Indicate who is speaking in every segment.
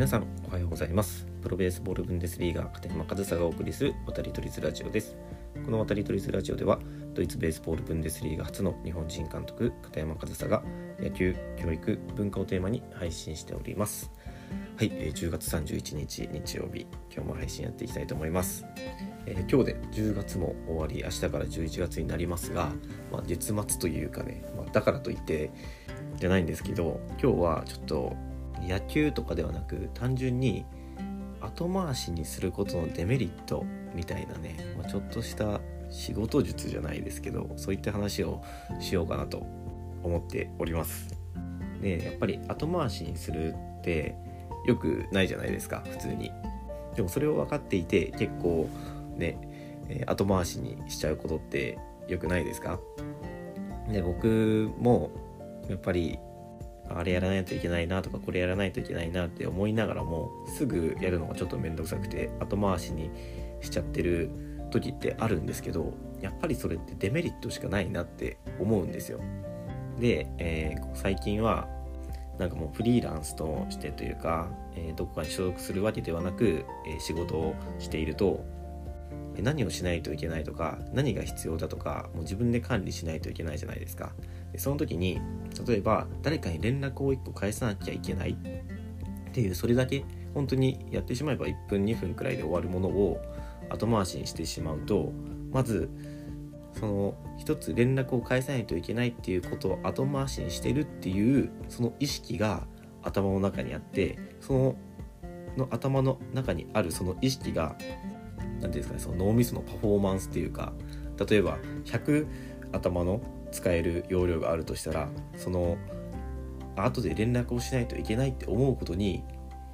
Speaker 1: 皆さんおはようございます。プロベースボールブンデスリーガ片山和沙がお送りする渡り鳥ズラジオです。この渡り鳥ズラジオではドイツベースボールブンデスリーガ初の日本人監督片山和沙が野球、教育、文化をテーマに配信しております。はい、10月31日日曜日、今日も配信やっていきたいと思います。今日で10月も終わり、明日から11月になりますが、月末というかね、だからといってじゃないんですけど、今日はちょっと野球とかではなく単純に後回しにすることのデメリットみたいなね、ちょっとした仕事術じゃないですけど、そういった話をしようかなと思っております。で、やっぱり後回しにするってよくないじゃないですか、普通に。でもそれを分かっていて結構ね、後回しにしちゃうことってよくないですか？で、僕もやっぱりあれやらないといけないなとか、これやらないといけないなって思いながらも、すぐやるのがちょっとめんどくさくて後回しにしちゃってる時ってあるんですけど、やっぱりそれってデメリットしかないなって思うんですよ。で、最近はなんかもうフリーランスとしてというか、どこかに所属するわけではなく、仕事をしていると、何をしないといけないとか、何が必要だとか、もう自分で管理しないといけないじゃないですか。でその時に例えば誰かに連絡を1個返さなきゃいけないっていう、それだけ本当にやってしまえば1分2分くらいで終わるものを後回しにしてしまうと、まずその一つ連絡を返さないといけないっていうことを後回しにしてるっていうその意識が頭の中にあって、その頭の中にあるその意識がなんていうんですかね、その脳みそのパフォーマンスっていうか、例えば100頭の使える容量があるとしたら、その後で連絡をしないといけないって思うことに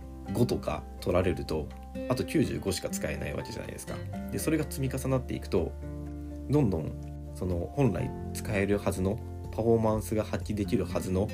Speaker 1: 5とか取られると、あと95しか使えないわけじゃないですか。でそれが積み重なっていくと、どんどんその本来使えるはずのパフォーマンスが発揮できるはずの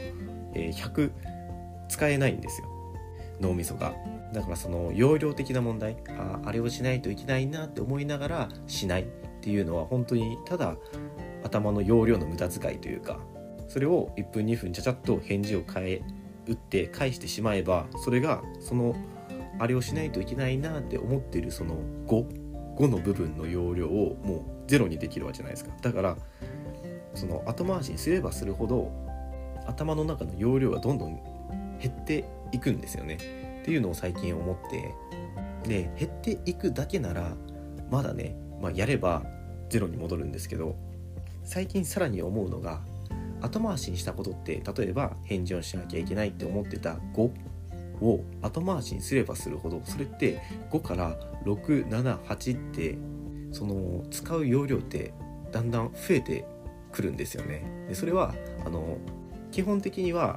Speaker 1: 100使えないんですよ、脳みそが。だからその容量的な問題、あれをしないといけないなって思いながらしないっていうのは、本当にただ頭の容量の無駄遣いというか、それを1分2分ちゃちゃっと返事を打って返してしまえば、それがそのあれをしないといけないなって思っているその5の部分の容量をもうゼロにできるわけじゃないですか。だからその後回しにすればするほど頭の中の容量がどんどん減っていくんですよねっていうのを最近思って、で減っていくだけならまだね、やればゼロに戻るんですけど、最近さらに思うのが、後回しにしたことって、例えば返事をしなきゃいけないって思ってた5を後回しにすればするほど、それって5から6、7、8ってその使う容量ってだんだん増えてくるんですよね。でそれは基本的には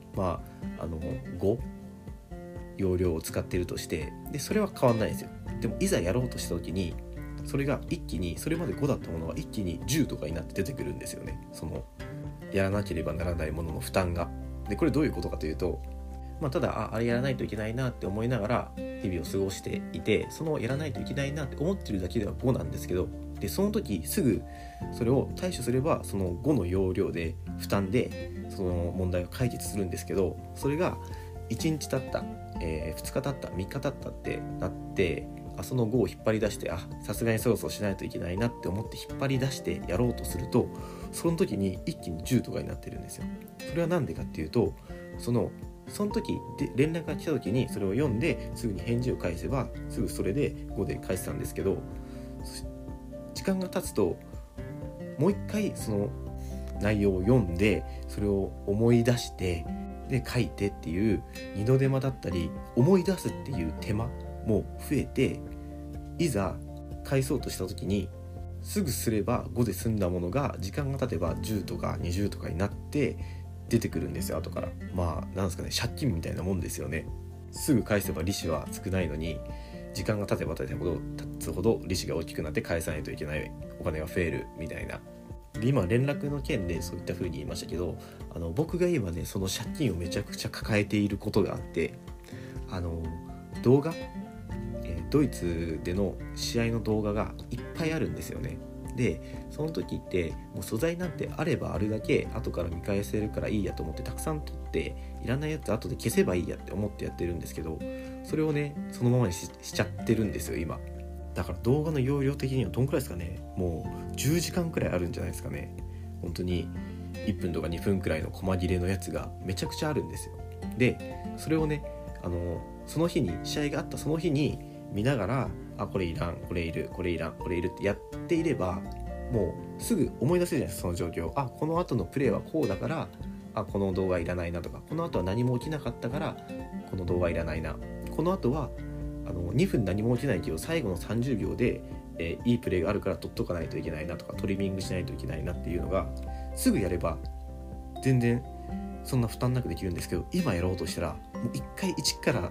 Speaker 1: 5容量を使っているとして、でそれは変わんないんですよ。でもいざやろうとした時に、それが一気に、それまで5だったものが一気に10とかになって出てくるんですよね、そのやらなければならないものの負担が。でこれどういうことかというと、ただあれやらないといけないなって思いながら日々を過ごしていて、そのやらないといけないなって思ってるだけでは5なんですけど、でその時すぐそれを対処すれば、その5の容量で負担でその問題を解決するんですけど、それが1日経った、2日経った、3日経ったってなって、その5を引っ張り出して、さすがにそろそろしないといけないなって思って引っ張り出してやろうとすると、その時に一気に10とかになってるんですよ。それはなんでかっていうと、その時で連絡が来た時にそれを読んですぐに返事を返せば、すぐそれで5で返せたんですけど、時間が経つともう一回その内容を読んで、それを思い出してで書いてっていう二度手間だったり、思い出すっていう手間も増えて、いざ返そうとした時にすぐすれば5で済んだものが、時間が経てば10とか20とかになって出てくるんですよ、後から。なんですかね、借金みたいなもんですよね。すぐ返せば利子は少ないのに、時間が経てば経つほど利子が大きくなって返さないといけないお金が増えるみたいな。で今連絡の件でそういった風に言いましたけど、僕が今ね、その借金をめちゃくちゃ抱えていることがあって、動画、ドイツでの試合の動画がいっぱいあるんですよね。 でその時ってもう素材なんてあればあるだけ後から見返せるからいいやと思ってたくさん取っていらないやつ後で消せばいいやって思ってやってるんですけど、それをねそのままに しちゃってるんですよ今。だから動画の容量的にはどんくらいですかね、もう10時間くらいあるんじゃないですかね。本当に1分とか2分くらいの細切れのやつがめちゃくちゃあるんですよ。でそれをねその日に試合があったその日に見ながらこれいらん、これいる、これいらん、これいるってやっていればもうすぐ思い出せるじゃないですか、その状況。この後のプレーはこうだからこの動画いらないなとか、この後は何も起きなかったからこの動画いらないな、この後は2分何も起きないけど最後の30秒で、いいプレーがあるから撮っとかないといけないなとか、トリミングしないといけないなっていうのがすぐやれば全然そんな負担なくできるんですけど、今やろうとしたらもう一回1から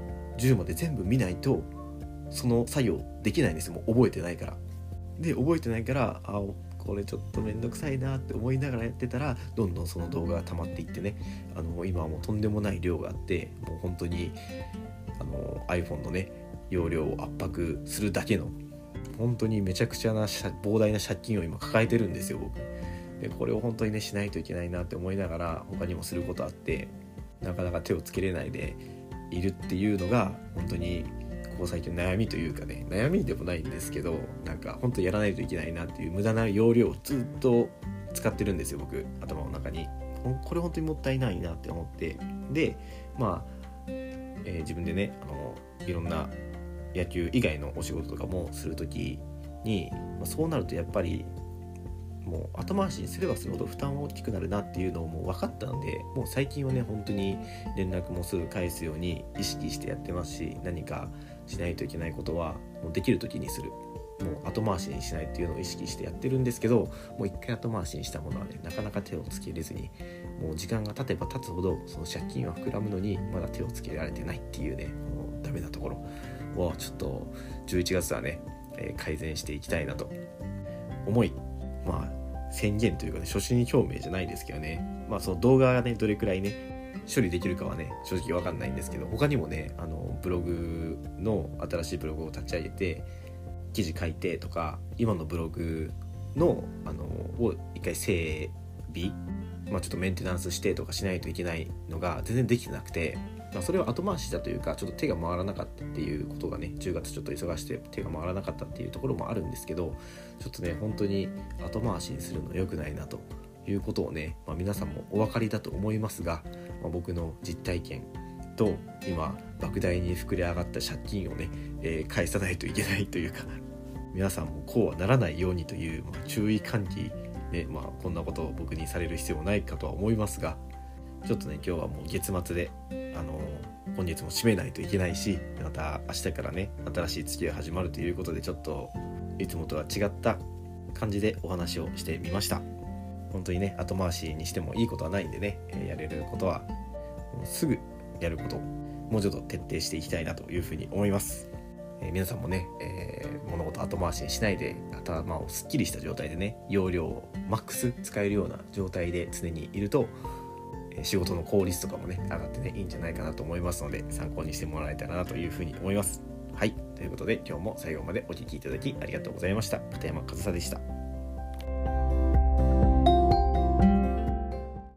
Speaker 1: 10まで全部見ないとその作業できないんですよ。もう覚えてないから。で覚えてないからこれちょっとめんどくさいなって思いながらやってたらどんどんその動画が溜まっていってね、今はもうとんでもない量があって、もう本当にiPhone のね容量を圧迫するだけの本当にめちゃくちゃな膨大な借金を今抱えてるんですよ僕で。これを本当にねしないといけないなって思いながら他にもすることあってなかなか手をつけれないでいるっていうのが本当にここ最近の悩みというかね、悩みでもないんですけど、なんか本当にやらないといけないなっていう無駄な容量をずっと使ってるんですよ僕頭の中に。これ本当にもったいないなって思って、で自分でねいろんな野球以外のお仕事とかもするときに、そうなるとやっぱりもう後回しにすればするほど負担は大きくなるなっていうのをもう分かったんで、もう最近はね本当に連絡もすぐ返すように意識してやってますし、何かしないといけないことはもうできる時にする、もう後回しにしないっていうのを意識してやってるんですけど、もう一回後回しにしたものはねなかなか手をつけれずに、もう時間が経てば経つほどその借金は膨らむのにまだ手をつけられてないっていうね、もうダメなところをちょっと11月はね、改善していきたいなと思い、宣言というかね、所信表明じゃないですけどね、その動画がねどれくらいね処理できるかはね正直わかんないんですけど、他にもねブログの新しいブログを立ち上げて記事書いてとか、今のブログのを一回整備、ちょっとメンテナンスしてとかしないといけないのが全然できてなくて、それは後回しだというかちょっと手が回らなかったっていうことがね、10月ちょっと忙しくて手が回らなかったっていうところもあるんですけど、ちょっとね本当に後回しにするの良くないなということをね、皆さんもお分かりだと思いますが、僕の実体験と今莫大に膨れ上がった借金をね、返さないといけないというか、皆さんもこうはならないようにという、注意喚起ね、こんなことを僕にされる必要もないかとは思いますが、ちょっとね今日はもう月末で本日も締めないといけないし、また明日からね新しい月が始まるということで、ちょっといつもとは違った感じでお話をしてみました。本当にね後回しにしてもいいことはないんでね、やれることはもうすぐやること、もうちょっと徹底していきたいなというふうに思います。皆さんもね、物事後回しにしないで頭をすっきりした状態でね、容量をマックス使えるような状態で常にいると仕事の効率とかもね上がってねいいんじゃないかなと思いますので、参考にしてもらえたらなというふうに思います。はい、ということで今日も最後までお聞きいただきありがとうございました。片山和沙でした。